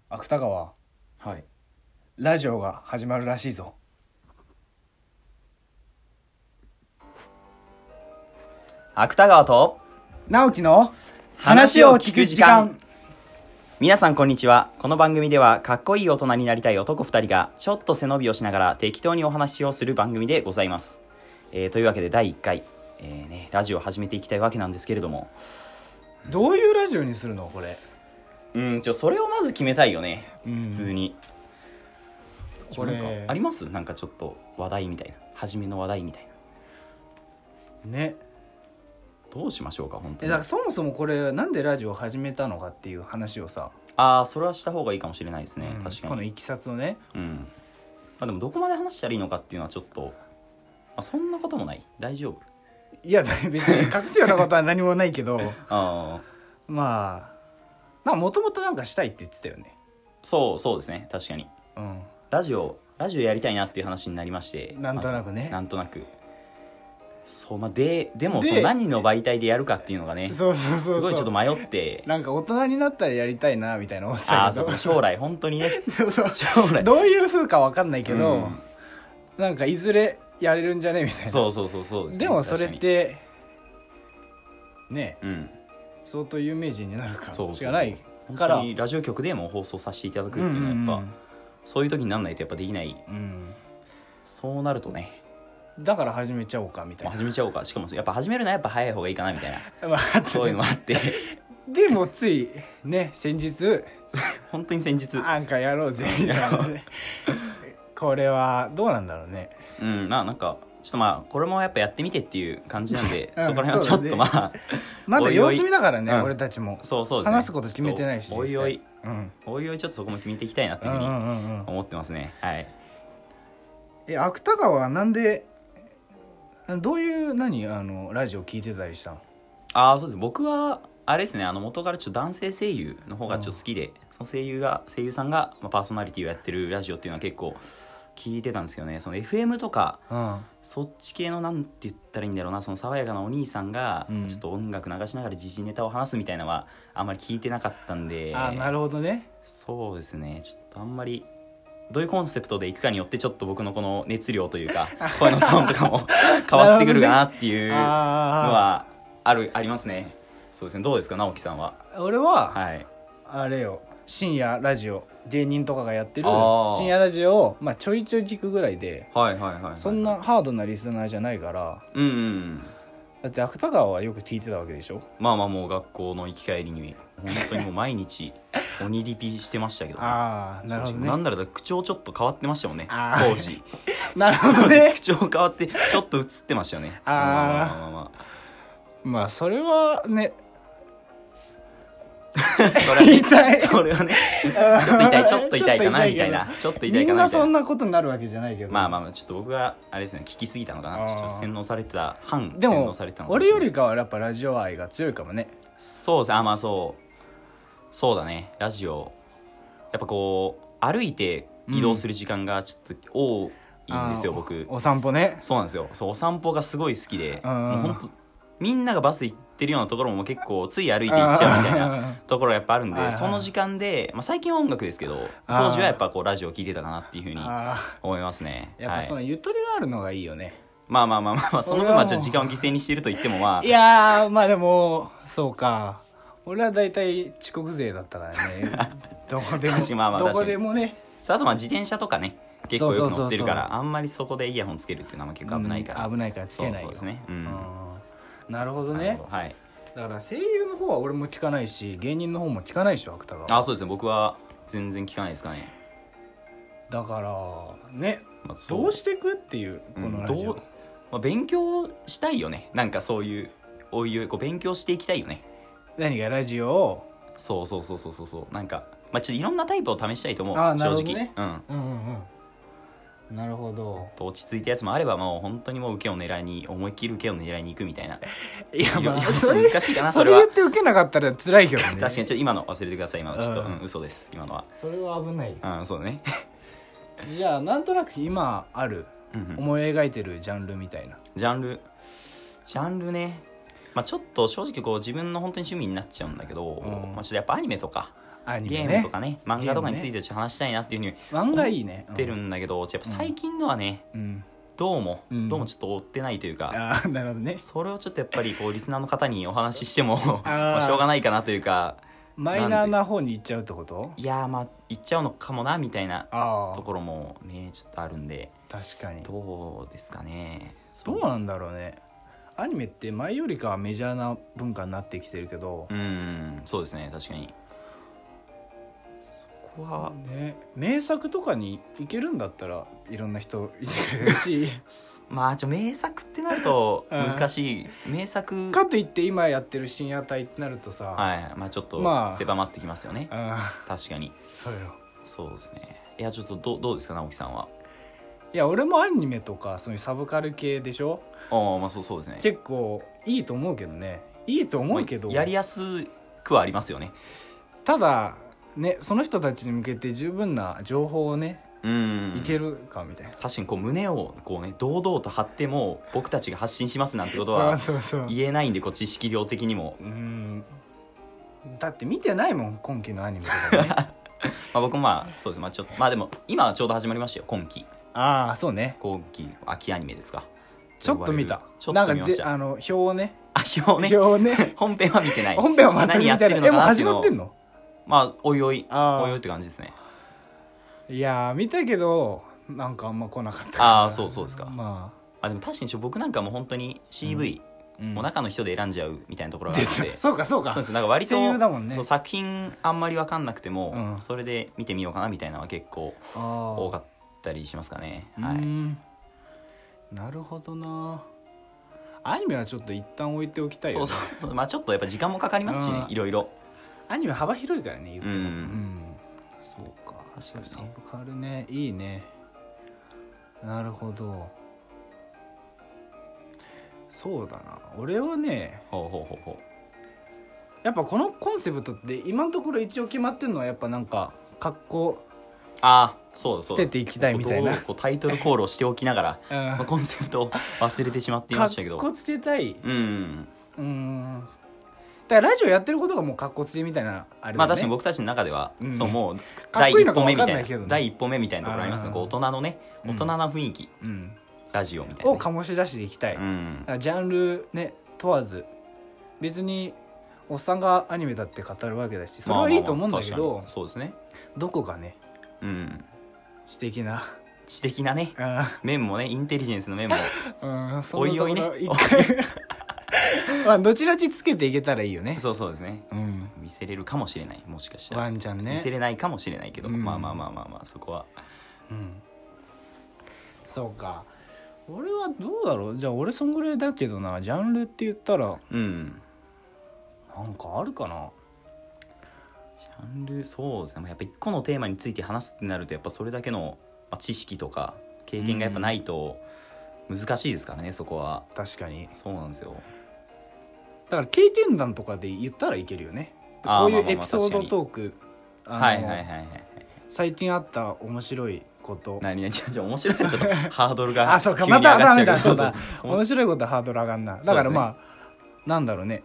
芥川、 はい。 ラジオが始まるらしいぞ。 芥川と直樹の話を聞く時間。 皆さんこんにちは。この番組ではかっこいい大人になりたい男2人がちょっと背伸びをしながら適当にお話をする番組でございます。というわけで第1回、ラジオを始めていきたいわけなんですけれども、 どういうラジオにするのこれ。 それをまず決めたいよね。普通にこれなんかあります？なんかちょっと話題みたいな、初めの話題みたいなね。 どうしましょうか本当に。 だからそもそもこれなんでラジオを始めたのかっていう話をさ、 それはした方がいいかもしれないですね、確かに。 このいきさつをね。 でもどこまで話したらいいのかっていうのはちょっと、そんなこともない。大丈夫。 いや別に隠すようなことは何もないけどまあもともとなんかしたいって言ってたよね。 そうですね、確かに。ラジオやりたいなっていう話になりまして、 なんとなくね、 なんとなくそうでもその何の媒体でやるかっていうのがね、 そうすごいちょっと迷って、 なんか大人になったらやりたいなみたいな思ってたけど、 そう将来本当にねそう将来どういう風か分かんないけど、なんかいずれやれるんじゃねみたいな。 そうですね。 でもそれってね、相当有名人になるかしかないから、 本当にラジオ局でも放送させていただくっていうのはやっぱ、そういう時になんないとやっぱできない、そうなるとね、 だから始めちゃおうかみたいな。 始めちゃおうか。しかもやっぱ始めるのはやっぱ早い方がいいかなみたいなそういうのもあってでもついね、先日本当に先日なんかやろうぜみたいなねこれはどうなんだろうね。 なんかちょっとこれもやっぱやってみてっていう感じなんでそこら辺はちょっとまだ様子見だからね、俺たちもそうですね、 話すこと決めてないし、 おいおいちょっとそこも決めていきたいなっていうふうに思ってますね。はい。 芥川はなんでどういうラジオ聞いてたりしたの？ そうです。僕はあれですね、元からちょっと男性声優の方がちょっと好きで、その声優さんがパーソナリティをやってるラジオっていうのは結構聞いてたんですけどね、その FM とか、そっち系のなんて言ったらいいんだろうな、その爽やかなお兄さんがちょっと音楽流しながら時事ネタを話すみたいなのはあんまり聞いてなかったんで。 なるほどね。 そうですね、ちょっとあんまりどういうコンセプトでいくかによってちょっと僕のこの熱量というか声のトーンとかも変わってくるかなっていうのはありますね。そうですね。どうですか直樹さんは？ 俺は、あれよ、深夜ラジオ、芸人とかがやってる深夜ラジオを、ちょいちょい聞くぐらいで、そんなハードなリスナーじゃないから。だって芥川はよく聞いてたわけでしょ。 もう学校の行き帰りに本当にもう毎日鬼リピしてましたけど、ね、 なるほどね。 なんなら口調ちょっと変わってましたもんね当時なるほどね口調変わってちょっと映ってましたよね。 それはねそれはねちょっと痛いかなみたいな、ちょっと痛いかなみたいな。 みんなそんなことになるわけじゃないけど、 ちょっと僕があれですね、聞きすぎたのかな、ちょっと洗脳されてた洗でも脳されてたの俺よりかはやっぱラジオ愛が強いかもね。 そうですね。そうだね。ラジオやっぱこう歩いて移動する時間がちょっと多いんですよ、僕。 お散歩ね。 そうなんですよ。お散歩がすごい好きで、もう本当みんながバス行ってるようなところも結構つい歩いて行っちゃうみたいなところがやっぱあるんで、その時間で、最近は音楽ですけど当時はやっぱこうラジオ聴いてたかなっていうふうに思いますね。 やっぱそのゆとりがあるのがいいよね。 その分ちょっと時間を犠牲にしてると言ってもいやでもそうか、俺はだいたい遅刻勢だったからねどこでもどこでもね。 あと自転車とかね結構よく乗ってるから、あんまりそこでイヤホンつけるっていうのは結構危ないから、 つけないよ。 そうですね。 なるほどね。だから声優の方は俺も聞かないし、芸人の方も聞かないでしょ芥川。 そうですね。僕は全然聞かないですかね。 だからね、どうしていくっていうこのラジオ、 勉強したいよね。なんかそういうこう勉強していきたいよね。 何がラジオを。 そうなんかちょっといろんなタイプを試したいと思う。 なるほど正直ね。なるほど。 落ち着いたやつもあれば、もう本当にもう思いっきり受けを狙いに行くみたいな。 いやそれ難しいかな。それは言って受けなかったら辛いけどね。 確かにちょっと今の忘れてください。今のちょっと嘘です。今のはそれは危ない。 そうだねじゃあなんとなく今ある思い描いてるジャンルみたいな。 ジャンルね。ちょっと正直こう自分の本当に趣味になっちゃうんだけど、ちょっとやっぱアニメとかゲームとかね漫画とかについてちょっと話したいなっていうふうに漫画いいね思ってるんだけど、やっぱ最近のはね、どうもちょっと追ってないというか、 なるほどね。 それをちょっとやっぱりこうリスナーの方にお話ししてもまあしょうがないかなというか、 マイナーな方に行っちゃうってこと？ いやまあ行っちゃうのかもなみたいなところもねちょっとあるんで、 確かにどうですかね。 どうなんだろうね。アニメって前よりかはメジャーな文化になってきてるけど、 そうですね確かに。そこはね、名作とかに行けるんだったらいろんな人いてくれるしまあ名作ってなると難しい、名作かといって今やってる深夜帯ってなるとさ、 まあちょっと狭まってきますよね、確かにそうですね。いやちょっとどうですか直樹さんは。 いや俺もアニメとかそういうサブカル系でしょ。 まあそうですね。 結構いいと思うけどね。いいと思うけど、 やりやすくはありますよね。 ただね、その人たちに向けて十分な情報をねいけるかみたいな。 確かにこう胸をこうね堂々と張っても僕たちが発信しますなんてことは言えないんで、こう知識量的にもだって見てないもん今期のアニメとかねまあ僕もそうです。ちょっとでも今はちょうど始まりましたよ今期。 そうね、 今期秋アニメですか。 ちょっと見た。 ちょっと見ました。 表をね表ね本編は見てない。 本編はまた見てない。 何やってるのかなっていうの。 もう始まってんの？ おいおいって感じですね。 いや見たけどなんかあんま来なかった。 そうですか。でも確かに僕なんかもう本当に CV、もう中の人で選んじゃうみたいなところがあってそうかそうです。なんか割と声優だもんね。 そう作品あんまり分かんなくても、それで見てみようかなみたいなのは結構多かったりしますかね。 なるほどな。アニメはちょっと一旦置いておきたいよね。 そうちょっとやっぱ時間もかかりますしね、いろいろ。 アニメ幅広いからね言っても。そうか。確かにサブカルね、いいね。なるほど。そうだな。俺はね、やっぱこのコンセプトって今のところ一応決まってるのはやっぱなんか格好そう捨てていきたいみたいなこうタイトルコールをしておきながらそのコンセプトを忘れてしまっていましたけど、 格好つけたい。だからラジオやってることがもう格好つけみたいなあれだね。 確かに僕たちの中では、そうもう第一歩目みたいな、第一歩目みたいなところありますね。こう大人のね、大人な雰囲気、ラジオみたいな、 を醸し出していきたい。ジャンルね問わず、別におっさんがアニメだって語るわけだし、それはいいと思うんだけど、 そうですね。 どこかね、知的なね面もね、インテリジェンスの面もおいおいね一回どちらちつけていけたらいいよね。 そうですね。見せれるかもしれない、もしかしたらワンちゃんね、 見せれないかもしれないけど、まあそこはそうか。俺はどうだろう。じゃあ俺そんぐらいだけどな。ジャンルって言ったらなんかあるかな。 ジャンル、そうですね。やっぱ一個のテーマについて話すってなるとやっぱそれだけの知識とか経験がやっぱないと難しいですからね、そこは。 確かにそうなんですよ。 だから経験談とかで言ったらいけるよね。こういうエピソードトーク、最近あった面白いこと、 面白いのちょっとハードルがそうか、またダメだ。そうだ、面白いことはハードル上がんな。だからなんだろうね、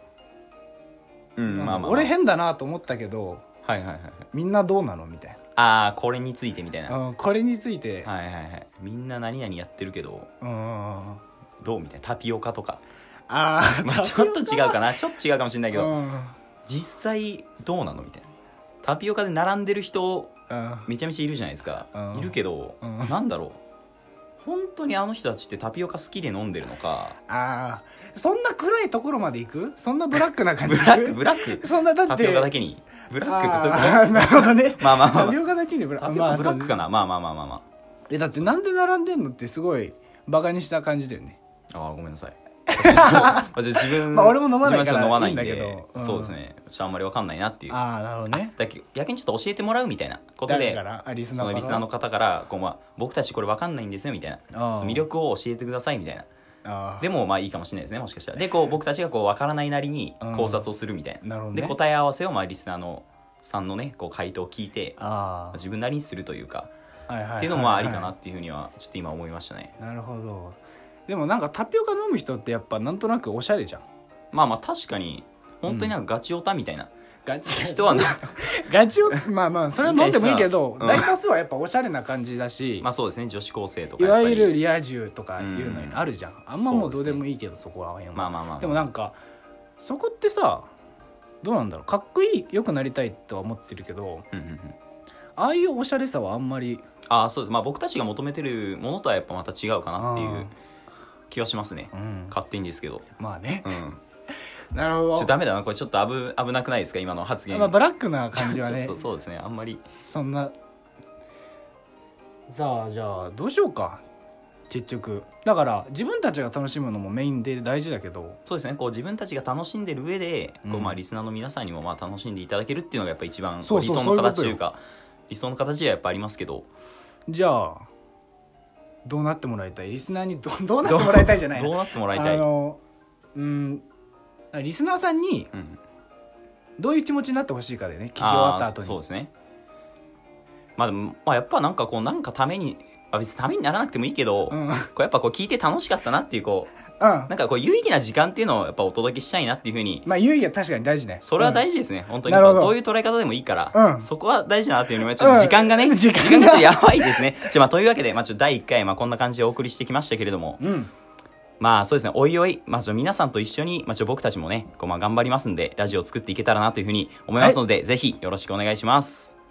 俺変だなと思ったけど、みんなどうなのみたいな。これについてみたいな。 これについてみんな何々やってるけどどうみたいな。タピオカとかちょっと違うかな、ちょっと違うかもしれないけど、実際どうなのみたいな。タピオカで並んでる人めちゃめちゃいるじゃないですか。いるけどなんだろう、本当にあの人たちってタピオカ好きで飲んでるのか。 そんな暗いところまで行く？そんなブラックな感じ？ ブラックそんなだってタピオカだけにブラックってそういうこと？ なるほどね。 タピオカだけにブラック。 タピオカブラックかな。 だってなんで並んでんのってすごいバカにした感じだよね。 ごめんなさい。自分俺も飲まないから飲まないんでいいんだけど、 そうですね。ちょっとあんまり分かんないなっていう。 なるほどね。 だけ逆にちょっと教えてもらうみたいなことで、 そのリスナーの方から僕たちこれ分かんないんですよみたいな、その魅力を教えてくださいみたいな。でもいいかもしれないですね、もしかしたら。で僕たちが分からないなりに考察をするみたいな。で答え合わせをリスナーのさんのね回答を聞いて自分なりにするというかっていうのもありかなっていうふうにはちょっと今思いましたね。 なるほど。でもなんかタピオカ飲む人ってやっぱなんとなくおしゃれじゃん。 確かに本当になんかガチオタみたいなガチ人はガチをまあまあそれは飲んでもいいけど、大多数はやっぱおしゃれな感じだし、 まあそうですね、女子高生とかいわゆるリア充とかいうのにあるじゃん、あんまもうどうでもいいけど、そこはまあまあまあ、 でもなんかそこってさ、どうなんだろう、かっこいい良くなりたいとは思ってるけど、ああいうおしゃれさはあんまり、 そうです、まあ僕たちが求めてるものとはやっぱまた違うかなっていう気はしますね、勝手にですけど。 まあね、なるほど。 ダメだなこれ、ちょっと危なくないですか今の発言。 まあブラックな感じはねちょっとそうですね、あんまりそんな。さあじゃあどうしようか。結局だから自分たちが楽しむのもメインで大事だけど、 そうですね、こう自分たちが楽しんでる上で、こうまあリスナーの皆さんにもまあ楽しんでいただけるっていうのがやっぱ一番理想の形というか、理想の形はやっぱありますけど、 じゃあどうなってもらいたい、リスナーにどうなってもらいたいじゃないどうなってもらいたい、 リスナーさんにどういう気持ちになってほしいかでね、聞き終わった後に。 そうですね、まあやっぱなんかこうなんかために、別にためにならなくてもいいけど、こうやっぱこう聞いて楽しかったなっていうこう、なんかこう有意義な時間っていうのをやっぱお届けしたいなっていうふうに。 まあ有意義は確かに大事ね。 それは大事ですね、本当に。どういう捉え方でもいいから、そこは大事だなっていうのはちょっと時間がね、時間がちょっとやばいですね。まあというわけで、まあちょっと第1回こんな感じでお送りしてきましたけれども、まあそうですね、おいおい、皆さんと一緒に、僕たちもねこう頑張りますんで、ラジオを作っていけたらなというふうに思いますので、ぜひよろしくお願いします。